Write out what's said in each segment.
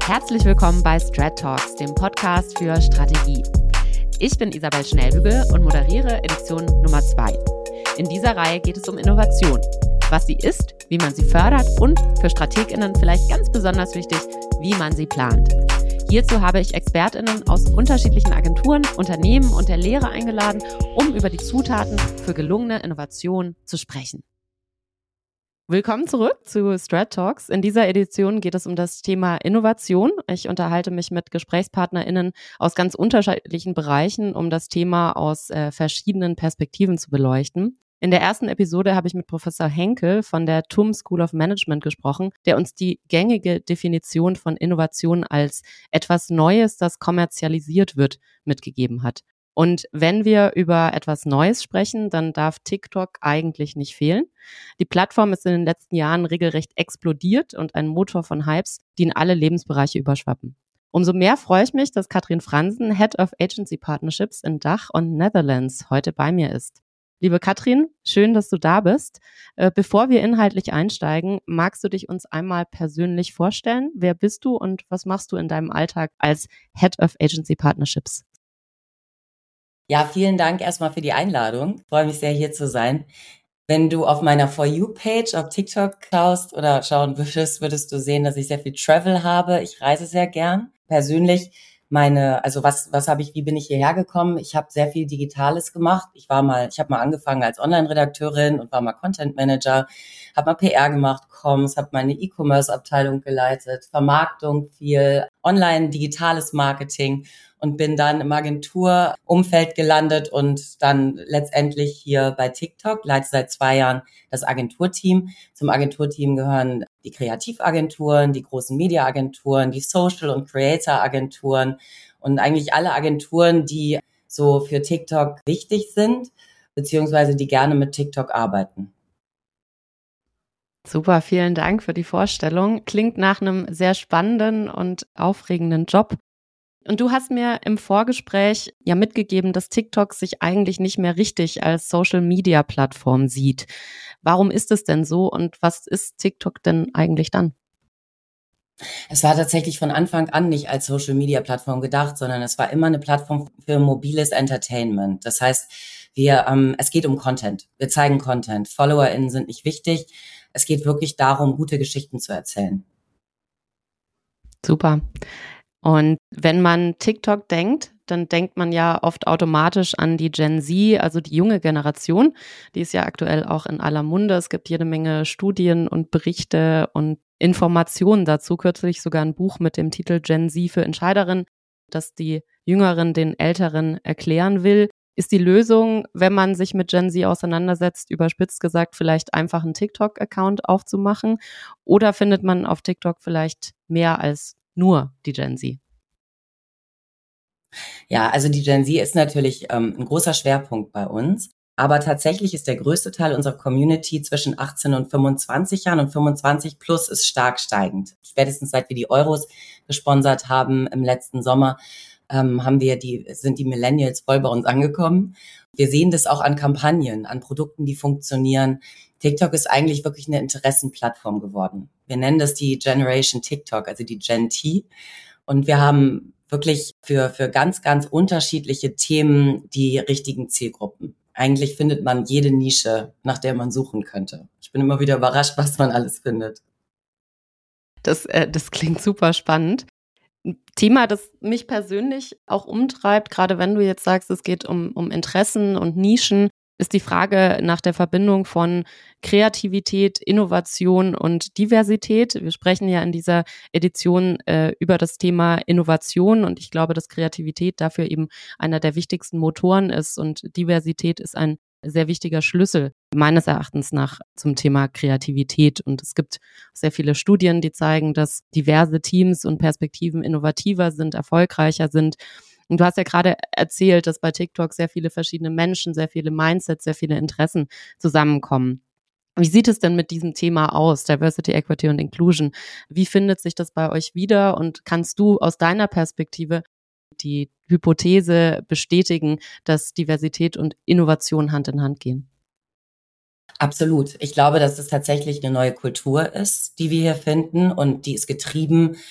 Herzlich willkommen bei Strat Talks, dem Podcast für Strategie. Ich bin Isabel Schnellbügel und moderiere Edition Nummer 2. In dieser Reihe geht es um Innovation, was sie ist, wie man sie fördert und für StrategInnen vielleicht ganz besonders wichtig, wie man sie plant. Hierzu habe ich ExpertInnen aus unterschiedlichen Agenturen, Unternehmen und der Lehre eingeladen, um über die Zutaten für gelungene Innovation zu sprechen. Willkommen zurück zu Strat Talks. In dieser Edition geht es um das Thema Innovation. Ich unterhalte mich mit GesprächspartnerInnen aus ganz unterschiedlichen Bereichen, um das Thema aus verschiedenen Perspektiven zu beleuchten. In der ersten Episode habe ich mit Professor Henkel von der TUM School of Management gesprochen, der uns die gängige Definition von Innovation als etwas Neues, das kommerzialisiert wird, mitgegeben hat. Und wenn wir über etwas Neues sprechen, dann darf TikTok eigentlich nicht fehlen. Die Plattform ist in den letzten Jahren regelrecht explodiert und ein Motor von Hypes, die in alle Lebensbereiche überschwappen. Umso mehr freue ich mich, dass Katrin Fransen, Head of Agency Partnerships in Dach und Netherlands, heute bei mir ist. Liebe Katrin, schön, dass du da bist. Bevor wir inhaltlich einsteigen, magst du dich uns einmal persönlich vorstellen? Wer bist du und was machst du in deinem Alltag als Head of Agency Partnerships? Ja, vielen Dank erstmal für die Einladung. Ich freue mich sehr, hier zu sein. Wenn du auf meiner For You-Page auf TikTok schaust oder schauen würdest du sehen, dass ich sehr viel Travel habe. Ich reise sehr gern. Persönlich wie bin ich hierher gekommen? Ich habe sehr viel Digitales gemacht. Ich habe mal angefangen als Online-Redakteurin und war mal Content-Manager, habe mal PR gemacht, Comms, habe meine E-Commerce-Abteilung geleitet, Vermarktung viel, Online-digitales Marketing und bin dann im Agenturumfeld gelandet und dann letztendlich hier bei TikTok, leite seit 2 Jahren das Agenturteam. Zum Agenturteam gehören die Kreativagenturen, die großen Media-Agenturen, die Social- und Creator-Agenturen und eigentlich alle Agenturen, die so für TikTok wichtig sind, beziehungsweise die gerne mit TikTok arbeiten. Super, vielen Dank für die Vorstellung. Klingt nach einem sehr spannenden und aufregenden Job. Und du hast mir im Vorgespräch ja mitgegeben, dass TikTok sich eigentlich nicht mehr richtig als Social-Media-Plattform sieht. Warum ist es denn so und was ist TikTok denn eigentlich dann? Es war tatsächlich von Anfang an nicht als Social-Media-Plattform gedacht, sondern es war immer eine Plattform für mobiles Entertainment. Das heißt, es geht um Content. Wir zeigen Content. FollowerInnen sind nicht wichtig. Es geht wirklich darum, gute Geschichten zu erzählen. Super. Und wenn man TikTok denkt, dann denkt man ja oft automatisch an die Gen Z, also die junge Generation. Die ist ja aktuell auch in aller Munde. Es gibt jede Menge Studien und Berichte und Informationen dazu. Kürzlich sogar ein Buch mit dem Titel Gen Z für Entscheiderinnen, das die Jüngeren den Älteren erklären will. Ist die Lösung, wenn man sich mit Gen Z auseinandersetzt, überspitzt gesagt, vielleicht einfach einen TikTok-Account aufzumachen? Oder findet man auf TikTok vielleicht mehr als nur die Gen Z? Ja, also die Gen Z ist natürlich ein großer Schwerpunkt bei uns. Aber tatsächlich ist der größte Teil unserer Community zwischen 18 und 25 Jahren und 25 plus ist stark steigend. Spätestens seit wir die Euros gesponsert haben im letzten Sommer, sind die Millennials voll bei uns angekommen. Wir sehen das auch an Kampagnen, an Produkten, die funktionieren. TikTok ist eigentlich wirklich eine Interessenplattform geworden. Wir nennen das die Generation TikTok, also die Gen T. Und wir haben wirklich für ganz, ganz unterschiedliche Themen die richtigen Zielgruppen. Eigentlich findet man jede Nische, nach der man suchen könnte. Ich bin immer wieder überrascht, was man alles findet. Das klingt super spannend. Ein Thema, das mich persönlich auch umtreibt, gerade wenn du jetzt sagst, es geht um Interessen und Nischen, ist die Frage nach der Verbindung von Kreativität, Innovation und Diversität. Wir sprechen ja in dieser Edition über das Thema Innovation und ich glaube, dass Kreativität dafür eben einer der wichtigsten Motoren ist und Diversität ist ein sehr wichtiger Schlüssel meines Erachtens nach zum Thema Kreativität. Und es gibt sehr viele Studien, die zeigen, dass diverse Teams und Perspektiven innovativer sind, erfolgreicher sind. Und du hast ja gerade erzählt, dass bei TikTok sehr viele verschiedene Menschen, sehr viele Mindsets, sehr viele Interessen zusammenkommen. Wie sieht es denn mit diesem Thema aus, Diversity, Equity und Inclusion? Wie findet sich das bei euch wieder? Und kannst du aus deiner Perspektive die Hypothese bestätigen, dass Diversität und Innovation Hand in Hand gehen? Absolut. Ich glaube, dass es tatsächlich eine neue Kultur ist, die wir hier finden und die ist getrieben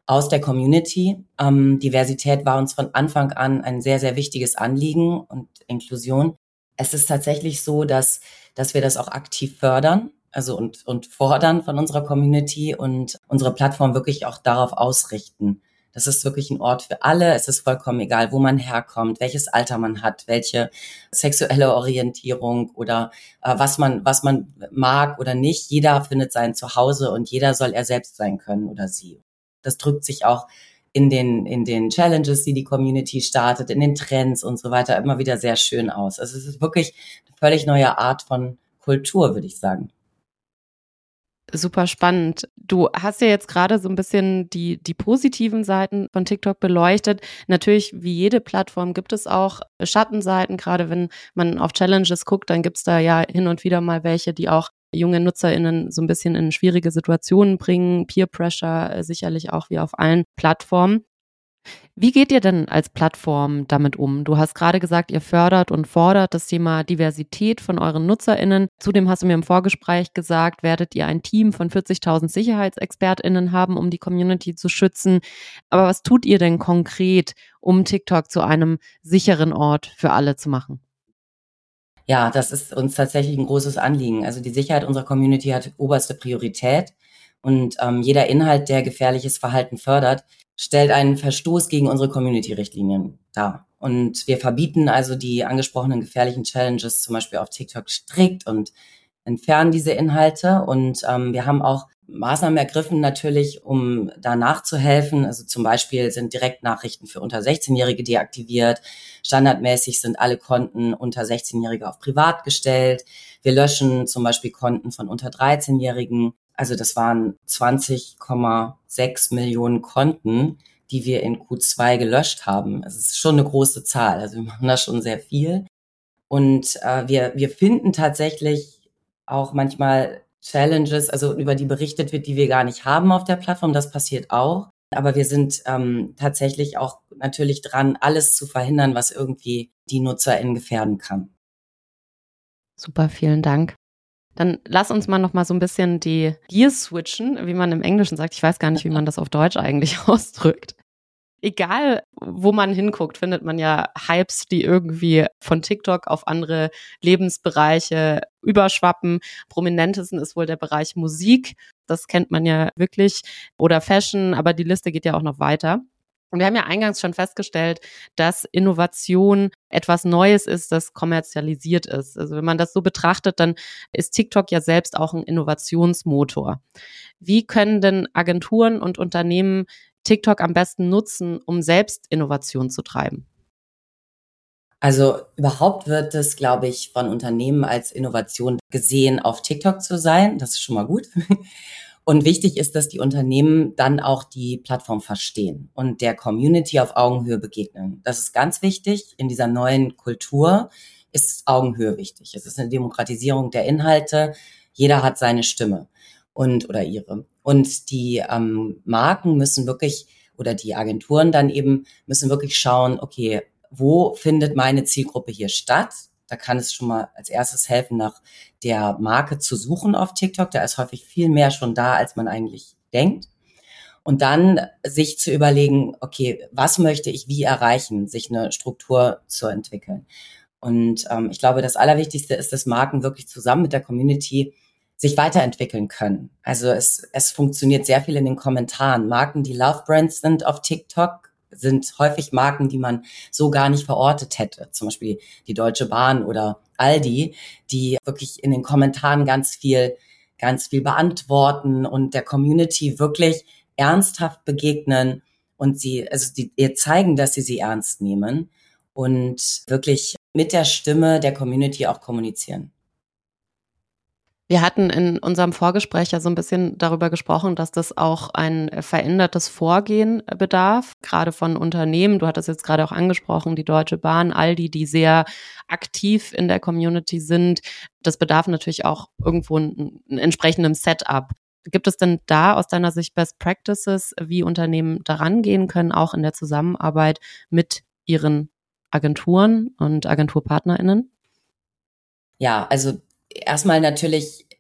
aus der Community. Diversität war uns von Anfang an ein sehr, sehr wichtiges Anliegen und Inklusion. Es ist tatsächlich so, dass wir das auch aktiv fördern, also und fordern von unserer Community und unsere Plattform wirklich auch darauf ausrichten. Das ist wirklich ein Ort für alle. Es ist vollkommen egal, wo man herkommt, welches Alter man hat, welche sexuelle Orientierung oder was man mag oder nicht. Jeder findet sein Zuhause und jeder soll er selbst sein können oder sie. Das drückt sich auch in den Challenges, die Community startet, in den Trends und so weiter immer wieder sehr schön aus. Also es ist wirklich eine völlig neue Art von Kultur, würde ich sagen. Super spannend. Du hast ja jetzt gerade so ein bisschen die positiven Seiten von TikTok beleuchtet. Natürlich, wie jede Plattform, gibt es auch Schattenseiten. Gerade wenn man auf Challenges guckt, dann gibt es da ja hin und wieder mal welche, die auch junge NutzerInnen so ein bisschen in schwierige Situationen bringen. Peer Pressure sicherlich auch wie auf allen Plattformen. Wie geht ihr denn als Plattform damit um? Du hast gerade gesagt, ihr fördert und fordert das Thema Diversität von euren NutzerInnen. Zudem hast du mir im Vorgespräch gesagt, werdet ihr ein Team von 40.000 SicherheitsexpertInnen haben, um die Community zu schützen. Aber was tut ihr denn konkret, um TikTok zu einem sicheren Ort für alle zu machen? Ja, das ist uns tatsächlich ein großes Anliegen. Also die Sicherheit unserer Community hat oberste Priorität und jeder Inhalt, der gefährliches Verhalten fördert, stellt einen Verstoß gegen unsere Community-Richtlinien dar. Und wir verbieten also die angesprochenen gefährlichen Challenges zum Beispiel auf TikTok strikt und entfernen diese Inhalte. Und wir haben auch Maßnahmen ergriffen natürlich, um da nachzuhelfen. Also zum Beispiel sind Direktnachrichten für unter 16-Jährige deaktiviert. Standardmäßig sind alle Konten unter 16-Jährige auf privat gestellt. Wir löschen zum Beispiel Konten von unter 13-Jährigen. Also das waren 20,6 Millionen Konten, die wir in Q2 gelöscht haben. Es ist schon eine große Zahl. Also wir machen da schon sehr viel. Und wir finden tatsächlich auch manchmal Challenges, also über die berichtet wird, die wir gar nicht haben auf der Plattform. Das passiert auch. Aber wir sind tatsächlich auch natürlich dran, alles zu verhindern, was irgendwie die NutzerInnen gefährden kann. Super, vielen Dank. Dann lass uns mal noch mal so ein bisschen die Gears switchen, wie man im Englischen sagt. Ich weiß gar nicht, wie man das auf Deutsch eigentlich ausdrückt. Egal, wo man hinguckt, findet man ja Hypes, die irgendwie von TikTok auf andere Lebensbereiche überschwappen. Prominentesten ist wohl der Bereich Musik. Das kennt man ja wirklich. Oder Fashion, aber die Liste geht ja auch noch weiter. Und wir haben ja eingangs schon festgestellt, dass Innovation etwas Neues ist, das kommerzialisiert ist. Also wenn man das so betrachtet, dann ist TikTok ja selbst auch ein Innovationsmotor. Wie können denn Agenturen und Unternehmen TikTok am besten nutzen, um selbst Innovation zu treiben? Also überhaupt wird es, glaube ich, von Unternehmen als Innovation gesehen, auf TikTok zu sein. Das ist schon mal gut. Und wichtig ist, dass die Unternehmen dann auch die Plattform verstehen und der Community auf Augenhöhe begegnen. Das ist ganz wichtig. In dieser neuen Kultur ist Augenhöhe wichtig. Es ist eine Demokratisierung der Inhalte. Jeder hat seine Stimme oder ihre. Und die Marken müssen wirklich, oder die Agenturen dann eben, müssen wirklich schauen, okay, wo findet meine Zielgruppe hier statt? Da kann es schon mal als erstes helfen, nach der Marke zu suchen auf TikTok. Da ist häufig viel mehr schon da, als man eigentlich denkt. Und dann sich zu überlegen, okay, was möchte ich wie erreichen, sich eine Struktur zu entwickeln. Und ich glaube, das Allerwichtigste ist, dass Marken wirklich zusammen mit der Community sich weiterentwickeln können. Also es funktioniert sehr viel in den Kommentaren. Marken, die Love Brands sind auf TikTok, sind häufig Marken, die man so gar nicht verortet hätte. Zum Beispiel die Deutsche Bahn oder Aldi, die wirklich in den Kommentaren ganz viel beantworten und der Community wirklich ernsthaft begegnen und ihr zeigen, dass sie ernst nehmen und wirklich mit der Stimme der Community auch kommunizieren. Wir hatten in unserem Vorgespräch ja so ein bisschen darüber gesprochen, dass das auch ein verändertes Vorgehen bedarf, gerade von Unternehmen. Du hattest jetzt gerade auch angesprochen, die Deutsche Bahn, Aldi, die sehr aktiv in der Community sind. Das bedarf natürlich auch irgendwo ein entsprechendem Setup. Gibt es denn da aus deiner Sicht Best Practices, wie Unternehmen daran gehen können, auch in der Zusammenarbeit mit ihren Agenturen und AgenturpartnerInnen? Ja, also erstmal natürlich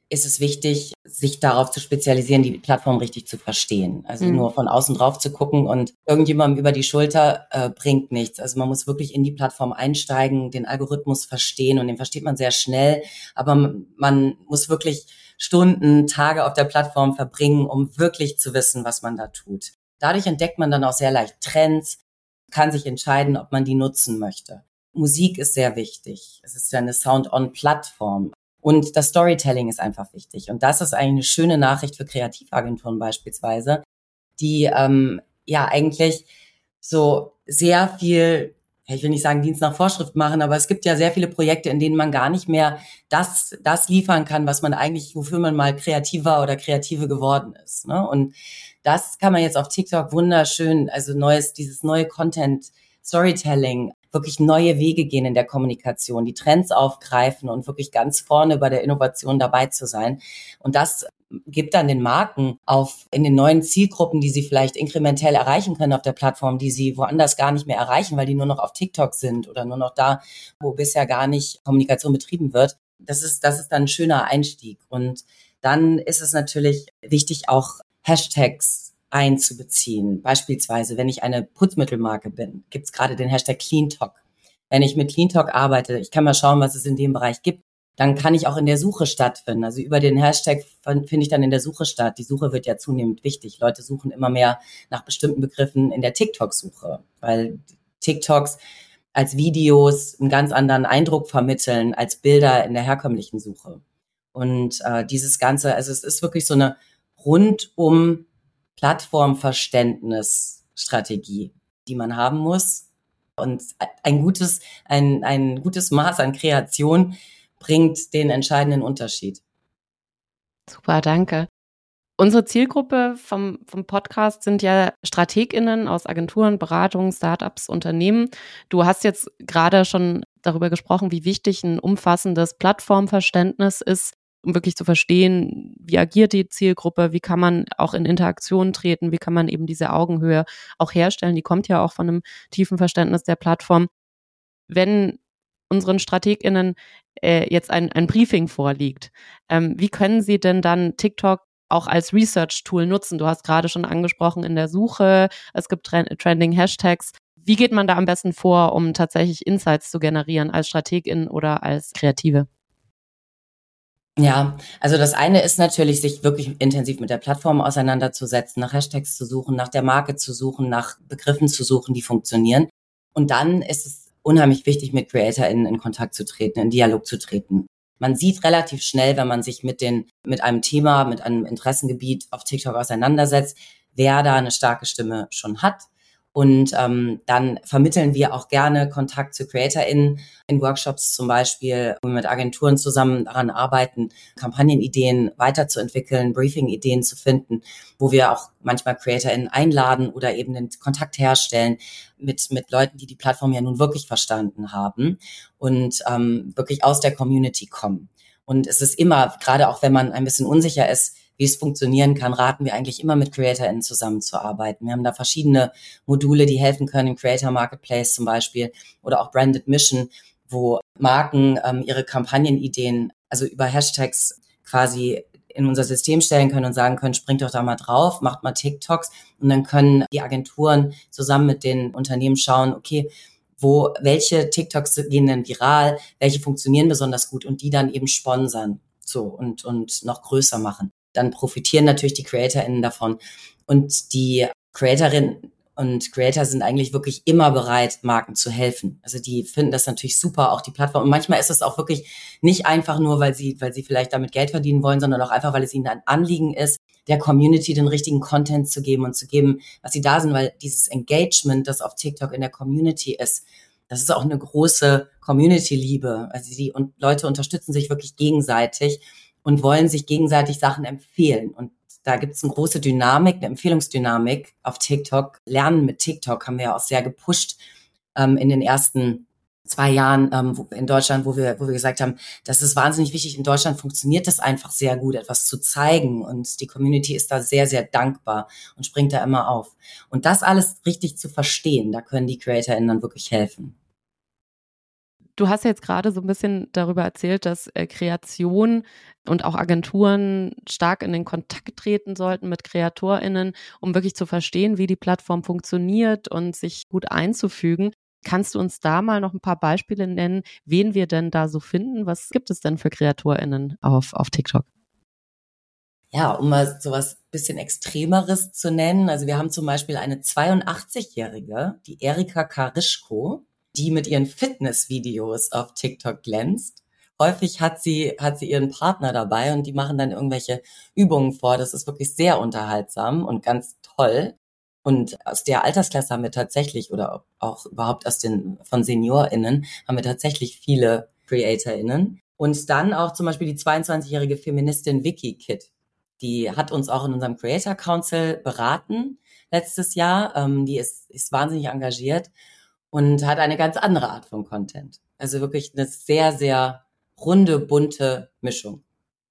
ist es wichtig, sich darauf zu spezialisieren, die Plattform richtig zu verstehen. Also nur von außen drauf zu gucken und irgendjemandem über die Schulter bringt nichts. Also man muss wirklich in die Plattform einsteigen, den Algorithmus verstehen und den versteht man sehr schnell. Aber man muss wirklich Stunden, Tage auf der Plattform verbringen, um wirklich zu wissen, was man da tut. Dadurch entdeckt man dann auch sehr leicht Trends, kann sich entscheiden, ob man die nutzen möchte. Musik ist sehr wichtig. Es ist ja eine Sound-on-Plattform. Und das Storytelling ist einfach wichtig. Und das ist eigentlich eine schöne Nachricht für Kreativagenturen beispielsweise, die eigentlich so sehr viel, ich will nicht sagen Dienst nach Vorschrift machen, aber es gibt ja sehr viele Projekte, in denen man gar nicht mehr das liefern kann, was man eigentlich, wofür man mal kreativer oder kreative geworden ist. Ne? Und das kann man jetzt auf TikTok wunderschön, also dieses neue Content Storytelling, wirklich neue Wege gehen in der Kommunikation, die Trends aufgreifen und wirklich ganz vorne bei der Innovation dabei zu sein. Und das gibt dann den Marken in den neuen Zielgruppen, die sie vielleicht inkrementell erreichen können auf der Plattform, die sie woanders gar nicht mehr erreichen, weil die nur noch auf TikTok sind oder nur noch da, wo bisher gar nicht Kommunikation betrieben wird. Das ist dann ein schöner Einstieg. Und dann ist es natürlich wichtig, auch Hashtags einzubeziehen. Beispielsweise, wenn ich eine Putzmittelmarke bin, gibt es gerade den Hashtag CleanTalk. Wenn ich mit CleanTalk arbeite, ich kann mal schauen, was es in dem Bereich gibt, dann kann ich auch in der Suche stattfinden. Also über den Hashtag finde ich dann in der Suche statt. Die Suche wird ja zunehmend wichtig. Leute suchen immer mehr nach bestimmten Begriffen in der TikTok-Suche, weil TikToks als Videos einen ganz anderen Eindruck vermitteln als Bilder in der herkömmlichen Suche. Und dieses Ganze, also es ist wirklich so eine rundum Plattformverständnisstrategie, die man haben muss. Und ein gutes Maß an Kreation bringt den entscheidenden Unterschied. Super, danke. Unsere Zielgruppe vom Podcast sind ja StrategInnen aus Agenturen, Beratungen, Startups, Unternehmen. Du hast jetzt gerade schon darüber gesprochen, wie wichtig ein umfassendes Plattformverständnis ist, um wirklich zu verstehen, wie agiert die Zielgruppe, wie kann man auch in Interaktion treten, wie kann man eben diese Augenhöhe auch herstellen. Die kommt ja auch von einem tiefen Verständnis der Plattform. Wenn unseren StrategInnen jetzt ein Briefing vorliegt, wie können sie denn dann TikTok auch als Research-Tool nutzen? Du hast gerade schon angesprochen in der Suche, es gibt trending Hashtags. Wie geht man da am besten vor, um tatsächlich Insights zu generieren als Strategin oder als Kreative? Ja, also das eine ist natürlich, sich wirklich intensiv mit der Plattform auseinanderzusetzen, nach Hashtags zu suchen, nach der Marke zu suchen, nach Begriffen zu suchen, die funktionieren. Und dann ist es unheimlich wichtig, mit CreatorInnen in Kontakt zu treten, in Dialog zu treten. Man sieht relativ schnell, wenn man sich mit einem Thema, mit einem Interessengebiet auf TikTok auseinandersetzt, wer da eine starke Stimme schon hat. Und dann vermitteln wir auch gerne Kontakt zu CreatorInnen in Workshops zum Beispiel, wo wir mit Agenturen zusammen daran arbeiten, Kampagnenideen weiterzuentwickeln, Briefing-Ideen zu finden, wo wir auch manchmal CreatorInnen einladen oder eben den Kontakt herstellen mit Leuten, die die Plattform ja nun wirklich verstanden haben und wirklich aus der Community kommen. Und es ist immer, gerade auch wenn man ein bisschen unsicher ist, wie es funktionieren kann, raten wir eigentlich immer mit CreatorInnen zusammenzuarbeiten. Wir haben da verschiedene Module, die helfen können, im Creator Marketplace zum Beispiel oder auch Branded Mission, wo Marken ihre Kampagnenideen, also über Hashtags quasi in unser System stellen können und sagen können, springt doch da mal drauf, macht mal TikToks und dann können die Agenturen zusammen mit den Unternehmen schauen, okay, welche TikToks gehen denn viral, welche funktionieren besonders gut und die dann eben sponsern so und noch größer machen. Dann profitieren natürlich die CreatorInnen davon. Und die Creatorinnen und Creator sind eigentlich wirklich immer bereit, Marken zu helfen. Also die finden das natürlich super, auch die Plattform. Und manchmal ist es auch wirklich nicht einfach nur, weil sie vielleicht damit Geld verdienen wollen, sondern auch einfach, weil es ihnen ein Anliegen ist, der Community den richtigen Content zu geben und zu geben, was sie da sind, weil dieses Engagement, das auf TikTok in der Community ist, das ist auch eine große Community-Liebe. Also die Leute unterstützen sich wirklich gegenseitig und wollen sich gegenseitig Sachen empfehlen. Und da gibt es eine große Dynamik, eine Empfehlungsdynamik auf TikTok. Lernen mit TikTok haben wir ja auch sehr gepusht in den ersten 2 Jahren in Deutschland, wo wir gesagt haben, das ist wahnsinnig wichtig. In Deutschland funktioniert das einfach sehr gut, etwas zu zeigen. Und die Community ist da sehr, sehr dankbar und springt da immer auf. Und das alles richtig zu verstehen, da können die CreatorInnen dann wirklich helfen. Du hast jetzt gerade so ein bisschen darüber erzählt, dass Kreation und auch Agenturen stark in den Kontakt treten sollten mit KreatorInnen, um wirklich zu verstehen, wie die Plattform funktioniert und sich gut einzufügen. Kannst du uns da mal noch ein paar Beispiele nennen, wen wir denn da so finden? Was gibt es denn für KreatorInnen auf TikTok? Ja, um mal so was bisschen Extremeres zu nennen. Also wir haben zum Beispiel eine 82-Jährige, die Erika Karischko, die mit ihren Fitnessvideos auf TikTok glänzt. Häufig hat sie ihren Partner dabei und die machen dann irgendwelche Übungen vor. Das ist wirklich sehr unterhaltsam und ganz toll. Und aus der Altersklasse haben wir tatsächlich, oder auch überhaupt von SeniorInnen, haben wir tatsächlich viele CreatorInnen. Und dann auch zum Beispiel die 22-jährige Feministin Vicky Kidd. Die hat uns auch in unserem Creator Council beraten letztes Jahr. Die ist wahnsinnig engagiert und hat eine ganz andere Art von Content. Also wirklich eine sehr, sehr runde, bunte Mischung.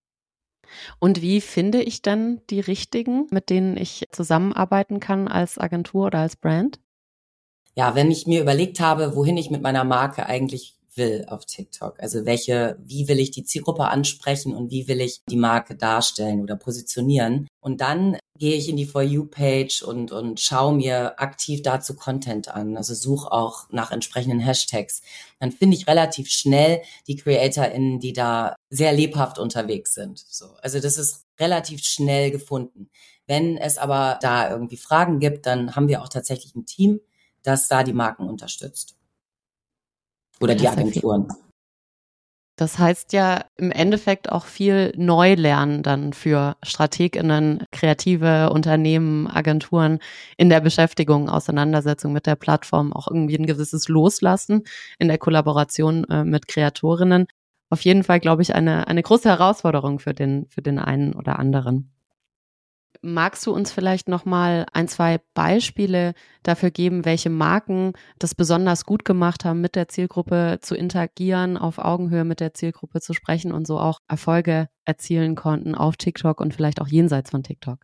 Und wie finde ich dann die richtigen, mit denen ich zusammenarbeiten kann als Agentur oder als Brand? Ja, wenn ich mir überlegt habe, wohin ich mit meiner Marke eigentlich will auf TikTok, also wie will ich die Zielgruppe ansprechen und wie will ich die Marke darstellen oder positionieren, und dann gehe ich in die For You-Page und schaue mir aktiv dazu Content an, also suche auch nach entsprechenden Hashtags. Dann finde ich relativ schnell die CreatorInnen, die da sehr lebhaft unterwegs sind. So, also das ist relativ schnell gefunden. Wenn es aber da irgendwie Fragen gibt, dann haben wir auch tatsächlich ein Team, das da die Marken unterstützt. Oder die Agenturen. Das heißt ja im Endeffekt auch viel Neulernen dann für StrategInnen, kreative Unternehmen, Agenturen in der Beschäftigung, Auseinandersetzung mit der Plattform, auch irgendwie ein gewisses Loslassen in der Kollaboration mit Kreatorinnen. Auf jeden Fall, glaube ich, eine große Herausforderung für den einen oder anderen. Magst du uns vielleicht noch mal ein, zwei Beispiele dafür geben, welche Marken das besonders gut gemacht haben, mit der Zielgruppe zu interagieren, auf Augenhöhe mit der Zielgruppe zu sprechen und so auch Erfolge erzielen konnten auf TikTok und vielleicht auch jenseits von TikTok?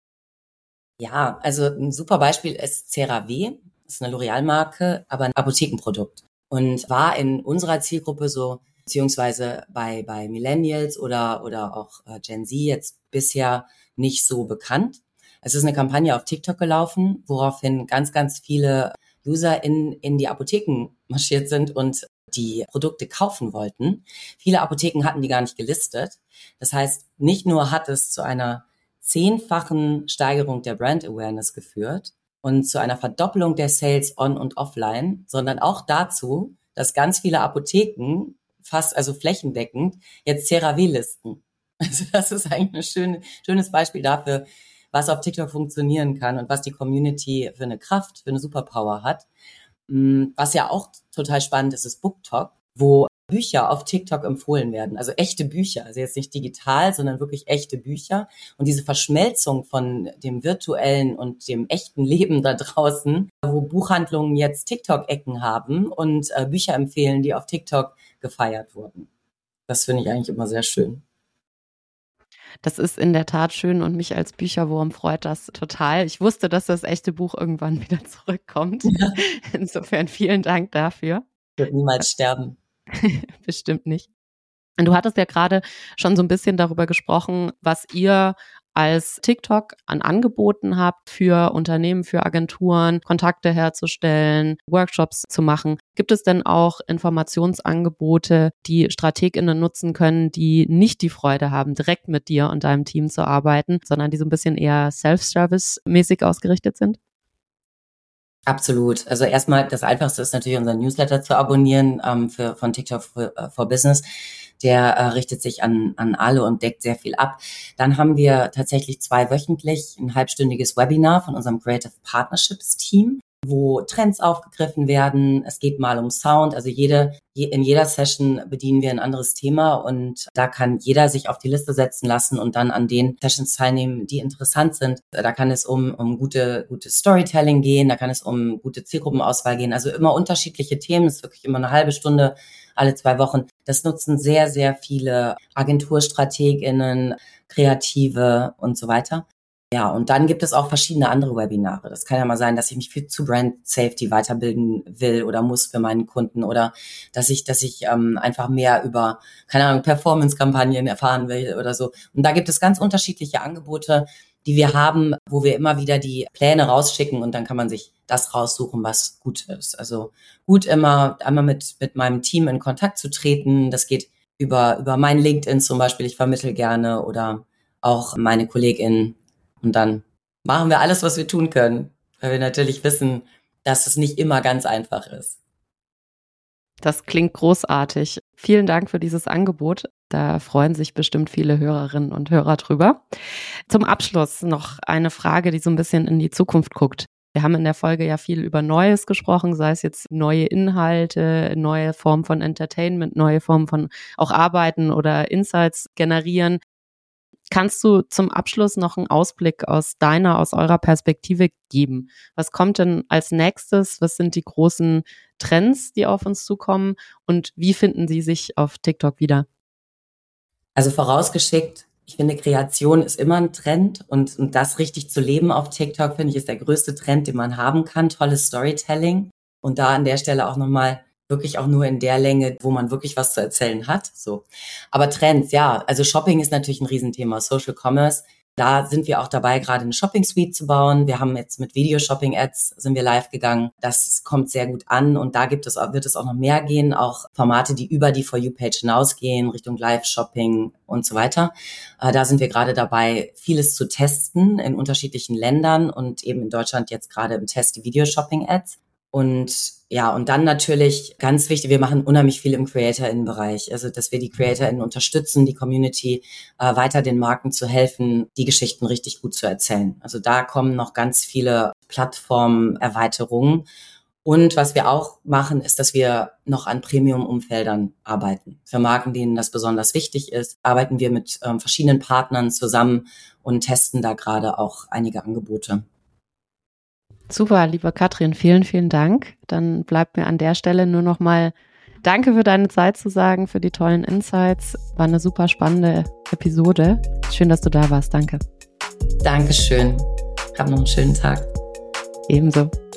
Ja, also ein super Beispiel ist CeraVe. Das ist eine L'Oreal-Marke, aber ein Apothekenprodukt. Und war in unserer Zielgruppe so, beziehungsweise bei Millennials oder auch Gen Z jetzt bisher nicht so bekannt. Es ist eine Kampagne auf TikTok gelaufen, woraufhin ganz, ganz viele User in die Apotheken marschiert sind und die Produkte kaufen wollten. Viele Apotheken hatten die gar nicht gelistet. Das heißt, nicht nur hat es zu einer 10-fachen Steigerung der Brand Awareness geführt und zu einer Verdoppelung der Sales on und offline, sondern auch dazu, dass ganz viele Apotheken also flächendeckend jetzt CeraVe listen. Also das ist eigentlich ein schönes Beispiel dafür, was auf TikTok funktionieren kann und was die Community für eine Kraft, für eine Superpower hat. Was ja auch total spannend ist, ist BookTok, wo Bücher auf TikTok empfohlen werden, also echte Bücher, also jetzt nicht digital, sondern wirklich echte Bücher. Und diese Verschmelzung von dem virtuellen und dem echten Leben da draußen, wo Buchhandlungen jetzt TikTok-Ecken haben und Bücher empfehlen, die auf TikTok gefeiert wurden. Das finde ich eigentlich immer sehr schön. Das ist in der Tat schön und mich als Bücherwurm freut das total. Ich wusste, dass das echte Buch irgendwann wieder zurückkommt. Ja. Insofern vielen Dank dafür. Wird niemals sterben. Bestimmt nicht. Und du hattest ja gerade schon so ein bisschen darüber gesprochen, was ihr als TikTok an Angeboten habt für Unternehmen, für Agenturen, Kontakte herzustellen, Workshops zu machen. Gibt es denn auch Informationsangebote, die StrategInnen nutzen können, die nicht die Freude haben, direkt mit dir und deinem Team zu arbeiten, sondern die so ein bisschen eher Self-Service-mäßig ausgerichtet sind? Absolut. Also erstmal, das Einfachste ist natürlich, unseren Newsletter zu abonnieren von TikTok for Business. Der richtet sich an alle und deckt sehr viel ab. Dann haben wir tatsächlich 2-wöchentlich ein halbstündiges Webinar von unserem Creative Partnerships Team, wo Trends aufgegriffen werden. Es geht mal um Sound, also in jeder Session bedienen wir ein anderes Thema und da kann jeder sich auf die Liste setzen lassen und dann an den Sessions teilnehmen, die interessant sind. Da kann es um gute Storytelling gehen, da kann es um gute Zielgruppenauswahl gehen, also immer unterschiedliche Themen. Es ist wirklich immer eine halbe Stunde alle 2 Wochen. Das nutzen sehr, sehr viele AgenturstrategInnen, Kreative und so weiter. Ja, und dann gibt es auch verschiedene andere Webinare. Das kann ja mal sein, dass ich mich viel zu Brand Safety weiterbilden will oder muss für meinen Kunden oder dass ich einfach mehr über, keine Ahnung, Performance-Kampagnen erfahren will oder so. Und da gibt es ganz unterschiedliche Angebote, die wir haben, wo wir immer wieder die Pläne rausschicken und dann kann man sich das raussuchen, was gut ist. Also gut immer einmal mit meinem Team in Kontakt zu treten. Das geht über mein LinkedIn zum Beispiel. Ich vermittle gerne oder auch meine KollegInnen. Und dann machen wir alles, was wir tun können, weil wir natürlich wissen, dass es nicht immer ganz einfach ist. Das klingt großartig. Vielen Dank für dieses Angebot. Da freuen sich bestimmt viele Hörerinnen und Hörer drüber. Zum Abschluss noch eine Frage, die so ein bisschen in die Zukunft guckt. Wir haben in der Folge ja viel über Neues gesprochen, sei es jetzt neue Inhalte, neue Formen von Entertainment, neue Formen von auch Arbeiten oder Insights generieren. Kannst du zum Abschluss noch einen Ausblick aus eurer Perspektive geben? Was kommt denn als nächstes? Was sind die großen Trends, die auf uns zukommen? Und wie finden sie sich auf TikTok wieder? Also vorausgeschickt, ich finde, Kreation ist immer ein Trend und das richtig zu leben auf TikTok, finde ich, ist der größte Trend, den man haben kann. Tolles Storytelling. Und da an der Stelle auch nochmal wirklich auch nur in der Länge, wo man wirklich was zu erzählen hat. So. Aber Trends, ja, also Shopping ist natürlich ein Riesenthema. Social Commerce, da sind wir auch dabei, gerade eine Shopping Suite zu bauen. Wir haben jetzt mit Video-Shopping-Ads sind wir live gegangen. Das kommt sehr gut an und da wird es auch noch mehr gehen, auch Formate, die über die For You-Page hinausgehen, Richtung Live-Shopping und so weiter. Da sind wir gerade dabei, vieles zu testen in unterschiedlichen Ländern und eben in Deutschland jetzt gerade im Test die Video-Shopping-Ads. Und ja, und dann natürlich ganz wichtig, wir machen unheimlich viel im CreatorInnen-Bereich, also dass wir die CreatorInnen unterstützen, die Community weiter den Marken zu helfen, die Geschichten richtig gut zu erzählen. Also da kommen noch ganz viele Plattformerweiterungen. Und was wir auch machen, ist, dass wir noch an Premium-Umfeldern arbeiten. Für Marken, denen das besonders wichtig ist, arbeiten wir mit verschiedenen Partnern zusammen und testen da gerade auch einige Angebote. Super, liebe Katrin, vielen, vielen Dank. Dann bleibt mir an der Stelle nur noch mal Danke für deine Zeit zu sagen, für die tollen Insights. War eine super spannende Episode. Schön, dass du da warst. Danke. Dankeschön. Hab noch einen schönen Tag. Ebenso.